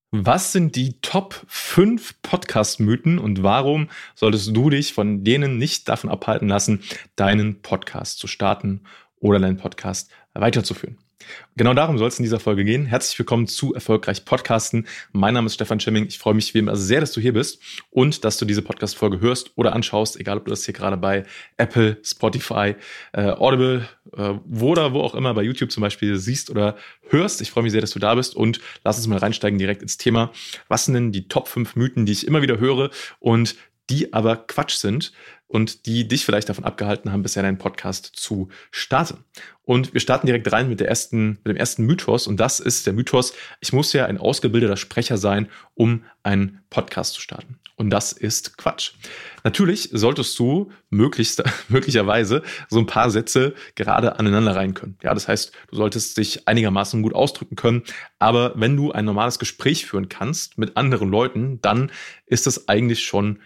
Was sind die Top 5 Podcast-Mythen und warum solltest du dich von denen nicht davon abhalten lassen, deinen Podcast zu starten oder deinen Podcast weiterzuführen? Genau darum soll es in dieser Folge gehen. Herzlich willkommen zu Erfolgreich Podcasten. Mein Name ist Stefan Schemming. Ich freue mich wie immer sehr, dass du hier bist und dass du diese Podcast-Folge hörst oder anschaust, egal ob du das hier gerade bei Apple, Spotify, Audible, wo auch immer, bei YouTube zum Beispiel siehst oder hörst. Ich freue mich sehr, dass du da bist und lass uns mal reinsteigen direkt ins Thema. Was sind denn die Top 5 Mythen, die ich immer wieder höre und die aber Quatsch sind und die dich vielleicht davon abgehalten haben, bisher deinen Podcast zu starten? Und wir starten direkt rein mit dem ersten Mythos. Und das ist der Mythos: Ich muss ja ein ausgebildeter Sprecher sein, um einen Podcast zu starten. Und das ist Quatsch. Natürlich solltest du möglicherweise so ein paar Sätze gerade aneinander reihen können. Ja, das heißt, du solltest dich einigermaßen gut ausdrücken können. Aber wenn du ein normales Gespräch führen kannst mit anderen Leuten, dann ist das eigentlich schon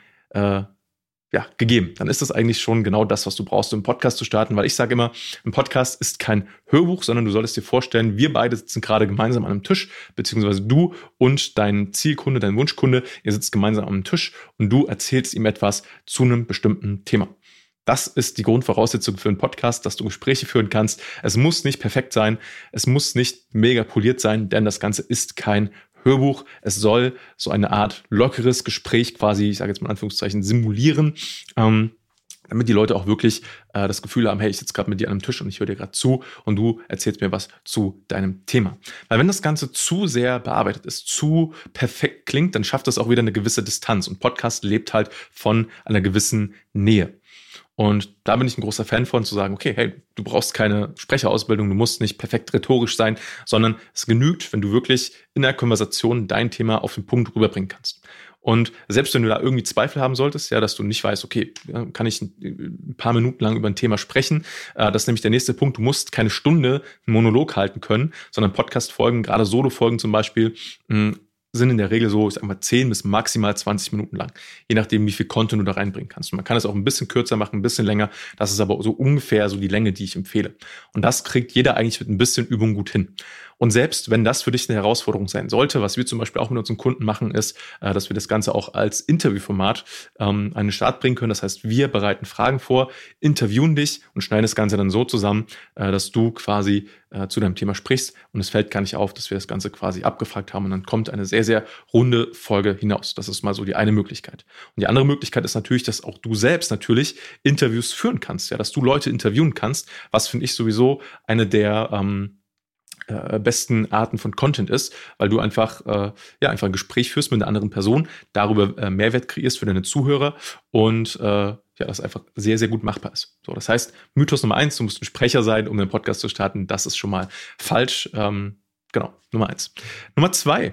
gegeben. Dann ist das eigentlich schon genau das, was du brauchst, um einen Podcast zu starten, weil ich sage immer, ein Podcast ist kein Hörbuch, sondern du solltest dir vorstellen, wir beide sitzen gerade gemeinsam an einem Tisch, beziehungsweise du und dein Zielkunde, dein Wunschkunde, ihr sitzt gemeinsam an einem Tisch und du erzählst ihm etwas zu einem bestimmten Thema. Das ist die Grundvoraussetzung für einen Podcast, dass du Gespräche führen kannst. Es muss nicht perfekt sein, es muss nicht mega poliert sein, denn das Ganze ist kein Hörbuch. Es soll so eine Art lockeres Gespräch quasi, ich sage jetzt mal in Anführungszeichen, simulieren, damit die Leute auch wirklich das Gefühl haben, hey, ich sitze gerade mit dir an einem Tisch und ich höre dir gerade zu und du erzählst mir was zu deinem Thema. Weil wenn das Ganze zu sehr bearbeitet ist, zu perfekt klingt, dann schafft das auch wieder eine gewisse Distanz. Und Podcast lebt halt von einer gewissen Nähe. Und da bin ich ein großer Fan von, zu sagen, okay, hey, du brauchst keine Sprecherausbildung, du musst nicht perfekt rhetorisch sein, sondern es genügt, wenn du wirklich in der Konversation dein Thema auf den Punkt rüberbringen kannst. Und selbst wenn du da irgendwie Zweifel haben solltest, ja, dass du nicht weißt, okay, kann ich ein paar Minuten lang über ein Thema sprechen, das ist nämlich der nächste Punkt. Du musst keine Stunde einen Monolog halten können, sondern Podcast-Folgen, gerade Solo-Folgen zum Beispiel, sind in der Regel so, ich sag mal, 10 bis maximal 20 Minuten lang. Je nachdem, wie viel Content du da reinbringen kannst. Und man kann es auch ein bisschen kürzer machen, ein bisschen länger. Das ist aber so ungefähr so die Länge, die ich empfehle. Und das kriegt jeder eigentlich mit ein bisschen Übung gut hin. Und selbst wenn das für dich eine Herausforderung sein sollte, was wir zum Beispiel auch mit unseren Kunden machen, ist, dass wir das Ganze auch als Interviewformat an den Start bringen können. Das heißt, wir bereiten Fragen vor, interviewen dich und schneiden das Ganze dann so zusammen, dass du quasi zu deinem Thema sprichst und es fällt gar nicht auf, dass wir das Ganze quasi abgefragt haben und dann kommt eine sehr, sehr runde Folge hinaus. Das ist mal so die eine Möglichkeit. Und die andere Möglichkeit ist natürlich, dass auch du selbst natürlich Interviews führen kannst, ja, dass du Leute interviewen kannst, was finde ich sowieso eine der besten Arten von Content ist, weil du einfach ein Gespräch führst mit einer anderen Person, darüber Mehrwert kreierst für deine Zuhörer und das einfach sehr, sehr gut machbar ist. So, das heißt, Mythos Nummer 1, du musst ein Sprecher sein, um den Podcast zu starten, das ist schon mal falsch. Nummer 1. Nummer 2,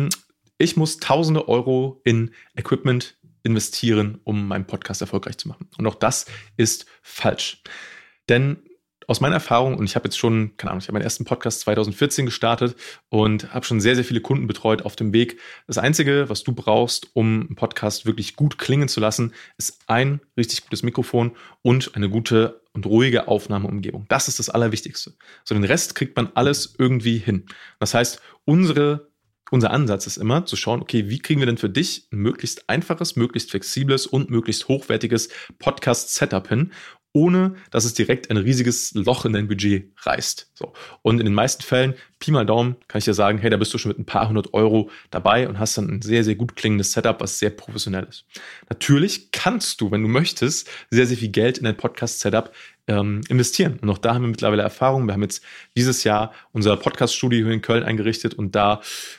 ich muss Tausende Euro in Equipment investieren, um meinen Podcast erfolgreich zu machen. Und auch das ist falsch. Denn aus meiner Erfahrung, und ich habe jetzt schon, ich habe meinen ersten Podcast 2014 gestartet und habe schon sehr, sehr viele Kunden betreut auf dem Weg. Das Einzige, was du brauchst, um einen Podcast wirklich gut klingen zu lassen, ist ein richtig gutes Mikrofon und eine gute und ruhige Aufnahmeumgebung. Das ist das Allerwichtigste. So, den Rest kriegt man alles irgendwie hin. Das heißt, unser Ansatz ist immer zu schauen, okay, wie kriegen wir denn für dich ein möglichst einfaches, möglichst flexibles und möglichst hochwertiges Podcast-Setup hin, ohne dass es direkt ein riesiges Loch in dein Budget reißt. So. Und in den meisten Fällen, Pi mal Daumen, kann ich dir sagen, hey, da bist du schon mit ein paar hundert Euro dabei und hast dann ein sehr, sehr gut klingendes Setup, was sehr professionell ist. Natürlich kannst du, wenn du möchtest, sehr, sehr viel Geld in dein Podcast-Setup investieren. Und auch da haben wir mittlerweile Erfahrung. Wir haben jetzt dieses Jahr unser Podcast-Studio hier in Köln eingerichtet und da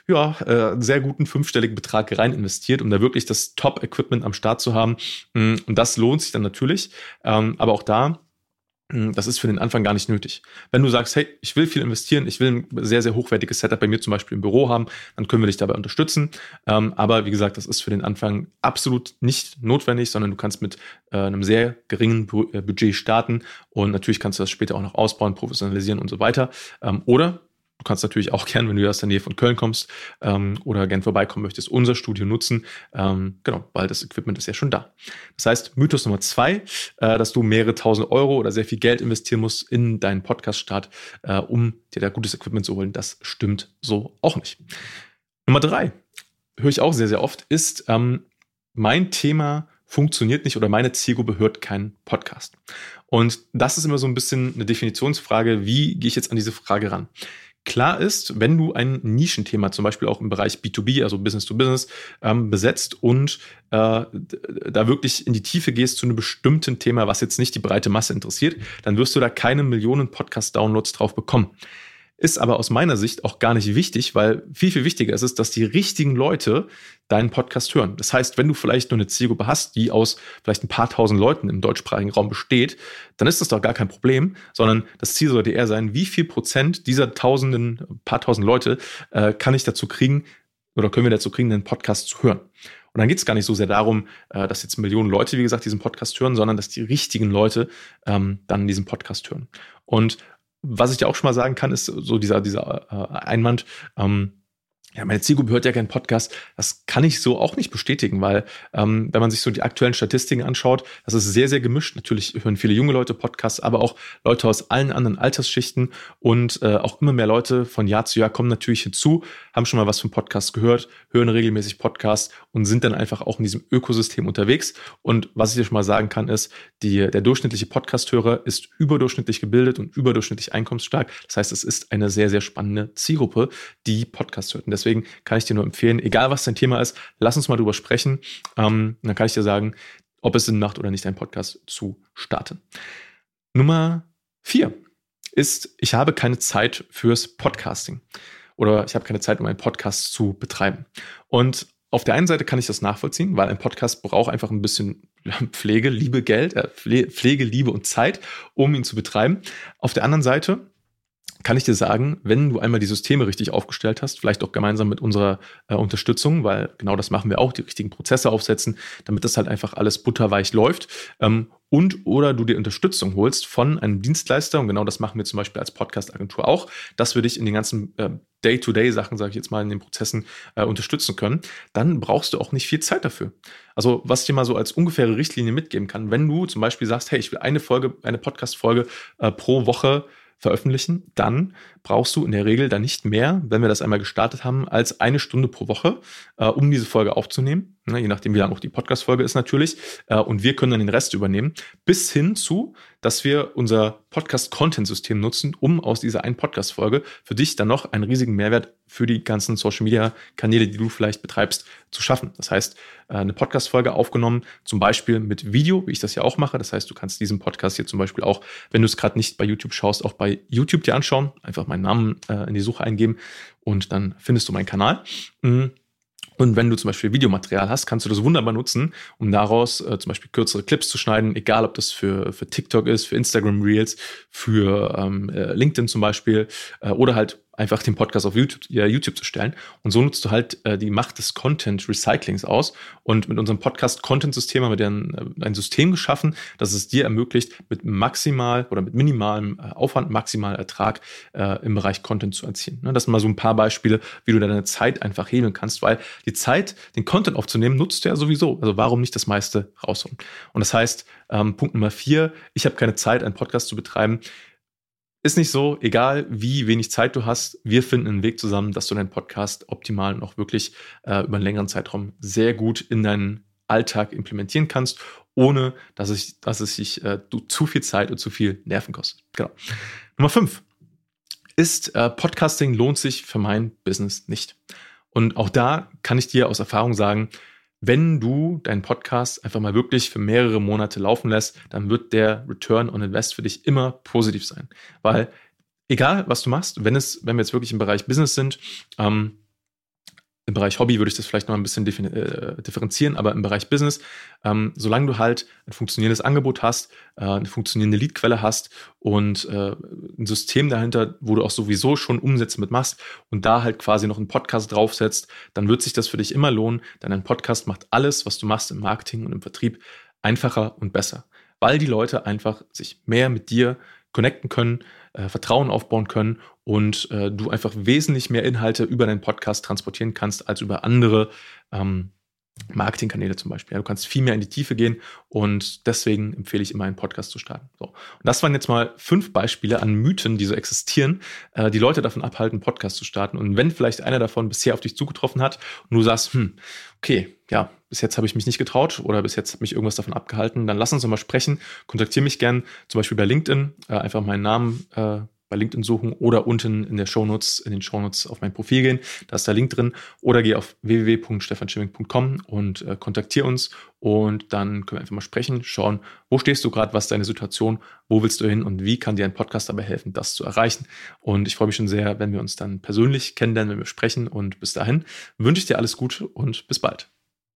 einen sehr guten 5-stelligen Betrag rein investiert, um da wirklich das Top-Equipment am Start zu haben. Und das lohnt sich dann natürlich. Aber auch da, das ist für den Anfang gar nicht nötig. Wenn du sagst, hey, ich will viel investieren, ich will ein sehr, sehr hochwertiges Setup bei mir zum Beispiel im Büro haben, dann können wir dich dabei unterstützen. Aber wie gesagt, das ist für den Anfang absolut nicht notwendig, sondern du kannst mit einem sehr geringen Budget starten und natürlich kannst du das später auch noch ausbauen, professionalisieren und so weiter. Oder du kannst natürlich auch gern, wenn du aus der Nähe von Köln kommst oder gern vorbeikommen möchtest, unser Studio nutzen. Weil das Equipment ist ja schon da. Das heißt, Mythos Nummer 2, dass du mehrere tausend Euro oder sehr viel Geld investieren musst in deinen Podcast-Start, um dir da gutes Equipment zu holen, das stimmt so auch nicht. Nummer 3. höre ich auch sehr, sehr oft, ist, mein Thema funktioniert nicht oder meine Zielgruppe hört keinen Podcast. Und das ist immer so ein bisschen eine Definitionsfrage, wie gehe ich jetzt an diese Frage ran? Klar ist, wenn du ein Nischenthema, zum Beispiel auch im Bereich B2B, also Business to Business, besetzt und da wirklich in die Tiefe gehst zu einem bestimmten Thema, was jetzt nicht die breite Masse interessiert, dann wirst du da keine Millionen Podcast-Downloads drauf bekommen. Ist aber aus meiner Sicht auch gar nicht wichtig, weil viel, viel wichtiger ist es, dass die richtigen Leute deinen Podcast hören. Das heißt, wenn du vielleicht nur eine Zielgruppe hast, die aus vielleicht ein paar tausend Leuten im deutschsprachigen Raum besteht, dann ist das doch gar kein Problem, sondern das Ziel sollte eher sein, wie viel Prozent dieser paar tausend Leute kann ich dazu kriegen oder können wir dazu kriegen, den Podcast zu hören. Und dann geht es gar nicht so sehr darum, dass jetzt Millionen Leute, wie gesagt, diesen Podcast hören, sondern dass die richtigen Leute dann diesen Podcast hören. Und was ich dir auch schon mal sagen kann, ist so dieser Einwand, ja, meine Zielgruppe hört ja keinen Podcast. Das kann ich so auch nicht bestätigen, weil wenn man sich so die aktuellen Statistiken anschaut, das ist sehr, sehr gemischt. Natürlich hören viele junge Leute Podcasts, aber auch Leute aus allen anderen Altersschichten und auch immer mehr Leute von Jahr zu Jahr kommen natürlich hinzu, haben schon mal was vom Podcast gehört, hören regelmäßig Podcasts und sind dann einfach auch in diesem Ökosystem unterwegs. Und was ich dir schon mal sagen kann, ist, der durchschnittliche Podcasthörer ist überdurchschnittlich gebildet und überdurchschnittlich einkommensstark. Das heißt, es ist eine sehr, sehr spannende Zielgruppe, die Podcasts hört. Und deswegen kann ich dir nur empfehlen, egal was dein Thema ist, lass uns mal drüber sprechen. Dann kann ich dir sagen, ob es Sinn macht oder nicht, einen Podcast zu starten. Nummer 4 ist, ich habe keine Zeit fürs Podcasting oder ich habe keine Zeit, um einen Podcast zu betreiben. Und auf der einen Seite kann ich das nachvollziehen, weil ein Podcast braucht einfach ein bisschen Pflege, Liebe, Geld, Pflege, Liebe und Zeit, um ihn zu betreiben. Auf der anderen Seite kann ich dir sagen, wenn du einmal die Systeme richtig aufgestellt hast, vielleicht auch gemeinsam mit unserer Unterstützung, weil genau das machen wir auch, die richtigen Prozesse aufsetzen, damit das halt einfach alles butterweich läuft, oder du dir Unterstützung holst von einem Dienstleister, und genau das machen wir zum Beispiel als Podcast-Agentur auch, dass wir dich in den ganzen Day-to-Day-Sachen, sage ich jetzt mal, in den Prozessen unterstützen können, dann brauchst du auch nicht viel Zeit dafür. Also was ich dir mal so als ungefähre Richtlinie mitgeben kann, wenn du zum Beispiel sagst, hey, ich will eine Podcast-Folge pro Woche veröffentlichen, dann brauchst du in der Regel dann nicht mehr, wenn wir das einmal gestartet haben, als 1 Stunde pro Woche, um diese Folge aufzunehmen. Ne, je nachdem, wie lang auch die Podcast-Folge ist natürlich. Und wir können dann den Rest übernehmen, bis hin zu, dass wir unser Podcast-Content-System nutzen, um aus dieser einen Podcast-Folge für dich dann noch einen riesigen Mehrwert für die ganzen Social-Media-Kanäle, die du vielleicht betreibst, zu schaffen. Das heißt, eine Podcast-Folge aufgenommen, zum Beispiel mit Video, wie ich das ja auch mache. Das heißt, du kannst diesen Podcast hier zum Beispiel auch, wenn du es gerade nicht bei YouTube schaust, auch bei YouTube dir anschauen. Einfach meinen Namen in die Suche eingeben und dann findest du meinen Kanal. Und wenn du zum Beispiel Videomaterial hast, kannst du das wunderbar nutzen, um daraus zum Beispiel kürzere Clips zu schneiden, egal ob das für TikTok ist, für Instagram Reels, für LinkedIn zum Beispiel oder halt einfach den Podcast auf YouTube zu stellen. Und so nutzt du halt die Macht des Content-Recyclings aus. Und mit unserem Podcast-Content-System haben wir dann ein System geschaffen, das es dir ermöglicht, mit minimalem Aufwand, maximal Ertrag im Bereich Content zu erzielen. Ne, das sind mal so ein paar Beispiele, wie du deine Zeit einfach hebeln kannst, weil die Zeit, den Content aufzunehmen, nutzt du ja sowieso. Also warum nicht das meiste rausholen? Und das heißt, Punkt Nummer 4, ich habe keine Zeit, einen Podcast zu betreiben. Ist nicht so, egal wie wenig Zeit du hast, wir finden einen Weg zusammen, dass du deinen Podcast optimal und auch wirklich über einen längeren Zeitraum sehr gut in deinen Alltag implementieren kannst, ohne dass es sich zu viel Zeit und zu viel Nerven kostet. Genau. Nummer 5 ist, Podcasting lohnt sich für mein Business nicht. Und auch da kann ich dir aus Erfahrung sagen, wenn du deinen Podcast einfach mal wirklich für mehrere Monate laufen lässt, dann wird der Return on Invest für dich immer positiv sein. Weil egal, was du machst, wenn wir jetzt wirklich im Bereich Business sind, im Bereich Hobby würde ich das vielleicht noch ein bisschen differenzieren, aber im Bereich Business, solange du halt ein funktionierendes Angebot hast, eine funktionierende Leadquelle hast und ein System dahinter, wo du auch sowieso schon Umsätze mitmachst und da halt quasi noch einen Podcast draufsetzt, dann wird sich das für dich immer lohnen, denn ein Podcast macht alles, was du machst im Marketing und im Vertrieb, einfacher und besser, weil die Leute einfach sich mehr mit dir connecten können, Vertrauen aufbauen können und du einfach wesentlich mehr Inhalte über deinen Podcast transportieren kannst als über andere Marketingkanäle zum Beispiel. Ja, du kannst viel mehr in die Tiefe gehen und deswegen empfehle ich immer, einen Podcast zu starten. So. Und das waren jetzt mal 5 Beispiele an Mythen, die so existieren, die Leute davon abhalten, einen Podcast zu starten. Und wenn vielleicht einer davon bisher auf dich zugetroffen hat und du sagst, okay, ja, bis jetzt habe ich mich nicht getraut oder bis jetzt hat mich irgendwas davon abgehalten, dann lass uns doch mal sprechen. Kontaktiere mich gern, zum Beispiel bei LinkedIn, einfach meinen Namen bei LinkedIn suchen oder unten in den Shownotes auf mein Profil gehen. Da ist der Link drin. Oder geh auf www.stefanschimming.com und kontaktiere uns. Und dann können wir einfach mal sprechen, schauen, wo stehst du gerade, was ist deine Situation, wo willst du hin und wie kann dir ein Podcast dabei helfen, das zu erreichen. Und ich freue mich schon sehr, wenn wir uns dann persönlich kennenlernen, wenn wir sprechen. Und bis dahin wünsche ich dir alles Gute und bis bald.